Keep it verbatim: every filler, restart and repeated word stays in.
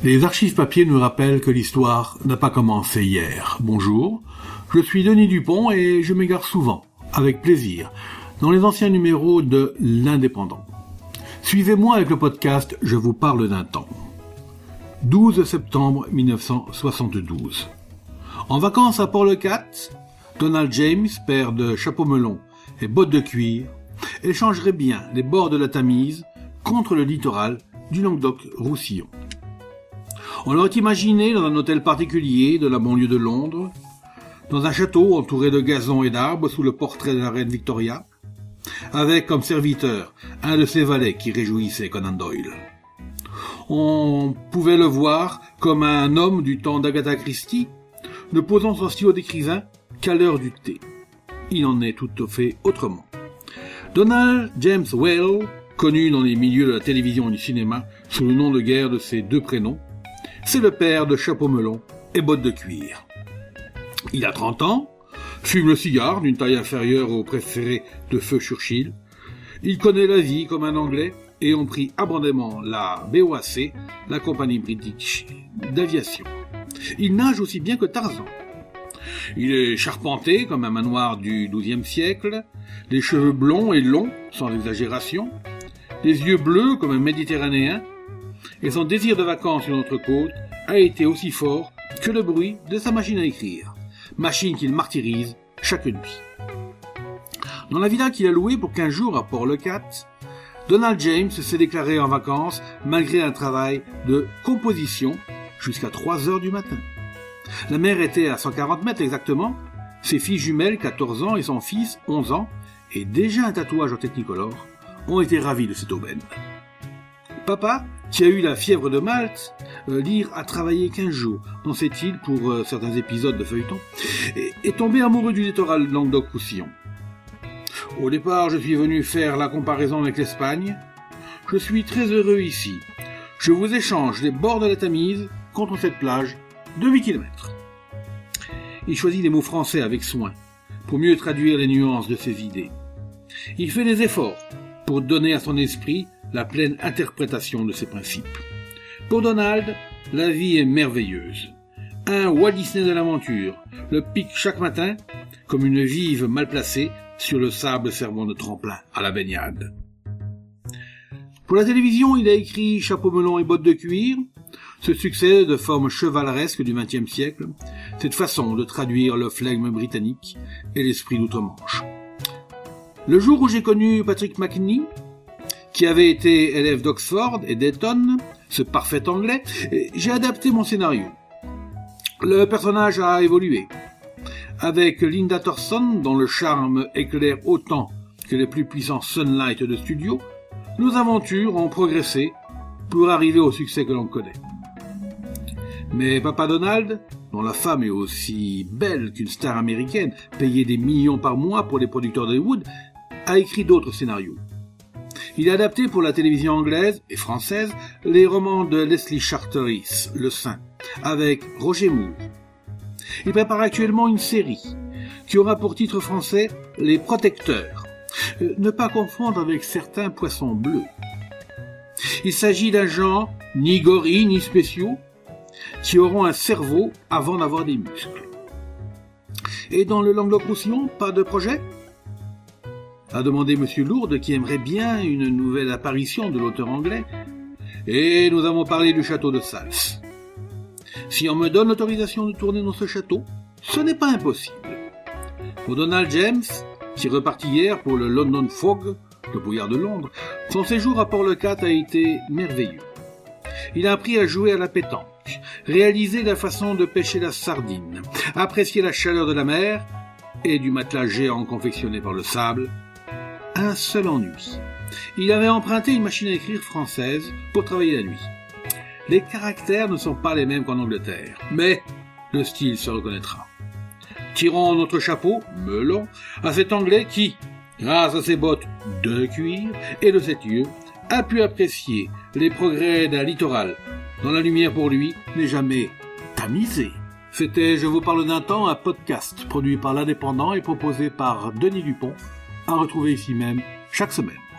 Les archives papier nous rappellent que l'histoire n'a pas commencé hier. Bonjour, je suis Denis Dupont et je m'égare souvent, avec plaisir, dans les anciens numéros de L'Indépendant. Suivez-moi avec le podcast Je vous parle d'un temps. douze septembre mille neuf cent soixante-douze. En vacances à Port-le-Cat, Donald James, père de chapeau melon et bottes de cuir, échangerait bien les bords de la Tamise contre le littoral du Languedoc-Roussillon. On l'aurait imaginé dans un hôtel particulier de la banlieue de Londres, dans un château entouré de gazons et d'arbres sous le portrait de la reine Victoria, avec comme serviteur un de ses valets qui réjouissait Conan Doyle. On pouvait le voir comme un homme du temps d'Agatha Christie, ne posant son stylo d'écrivain qu'à l'heure du thé. Il en est tout à fait autrement. Donald James Whale, connu dans les milieux de la télévision et du cinéma sous le nom de guerre de ses deux prénoms, c'est le père de chapeau melon et bottes de cuir. Il a trente ans, fume le cigare d'une taille inférieure au préféré de Feu Churchill. Il connaît la vie comme un Anglais et on prie abondamment la B O A C, la compagnie british d'aviation. Il nage aussi bien que Tarzan. Il est charpenté comme un manoir du douzième siècle, les cheveux blonds et longs, sans exagération, les yeux bleus comme un Méditerranéen, et son désir de vacances sur notre côte a été aussi fort que le bruit de sa machine à écrire, machine qu'il martyrise chaque nuit. Dans la villa qu'il a louée pour quinze jours à Port-le-Cat, Donald James s'est déclaré en vacances malgré un travail de composition jusqu'à trois heures du matin. La mer était à cent quarante mètres exactement, ses filles jumelles, quatorze ans, et son fils, onze ans, et déjà un tatouage en technicolor, ont été ravis de cette aubaine. Papa, qui a eu la fièvre de Malte, euh, lire a travaillé quinze jours dans cette île pour euh, certains épisodes de feuilleton, et est tombé amoureux du littoral Languedoc-Roussillon. Au départ, je suis venu faire la comparaison avec l'Espagne. Je suis très heureux ici. Je vous échange les bords de la Tamise contre cette plage de huit kilomètres. Il choisit les mots français avec soin pour mieux traduire les nuances de ses idées. Il fait des efforts pour donner à son esprit la pleine interprétation de ses principes. Pour Donald, la vie est merveilleuse. Un Walt Disney de l'aventure le pique chaque matin comme une vive mal placée sur le sable servant de tremplin à la baignade. Pour la télévision, il a écrit Chapeau melon et bottes de cuir, ce succès de forme chevaleresque du vingtième siècle, cette façon de traduire le flegme britannique et l'esprit d'outre-Manche. Le jour où j'ai connu Patrick Macnee, qui avait été élève d'Oxford et d'Eton, ce parfait anglais, j'ai adapté mon scénario. Le personnage a évolué. Avec Linda Thorson, dont le charme éclaire autant que les plus puissants Sunlight de studio, nos aventures ont progressé pour arriver au succès que l'on connaît. Mais Papa Donald, dont la femme est aussi belle qu'une star américaine, payée des millions par mois pour les producteurs d'Hollywood, a écrit d'autres scénarios. Il a adapté pour la télévision anglaise et française les romans de Leslie Charteris, Le Saint, avec Roger Moore. Il prépare actuellement une série qui aura pour titre français Les Protecteurs, euh, ne pas confondre avec certains poissons bleus. Il s'agit d'agents ni gorilles ni spéciaux qui auront un cerveau avant d'avoir des muscles. Et dans le Languedoc-Roussillon, pas de projet ? A demandé Monsieur Lourde, qui aimerait bien une nouvelle apparition de l'auteur anglais. Et nous avons parlé du château de Sals. Si on me donne l'autorisation de tourner dans ce château, ce n'est pas impossible. Pour Donald James, qui repartit hier pour le London Fog, le brouillard de Londres, son séjour à Port-le-Cat a été merveilleux. Il a appris à jouer à la pétanque, réaliser la façon de pêcher la sardine, apprécier la chaleur de la mer et du matelas géant confectionné par le sable. Un seul ennui. Il avait emprunté une machine à écrire française pour travailler la nuit. Les caractères ne sont pas les mêmes qu'en Angleterre, mais le style se reconnaîtra. Tirons notre chapeau, melon, à cet Anglais qui, grâce à ses bottes de cuir et de sept yeux, a pu apprécier les progrès d'un littoral dont la lumière pour lui n'est jamais tamisée. C'était Je vous parle d'un temps, un podcast produit par l'Indépendant et proposé par Denis Dupont, à retrouver ici même chaque semaine.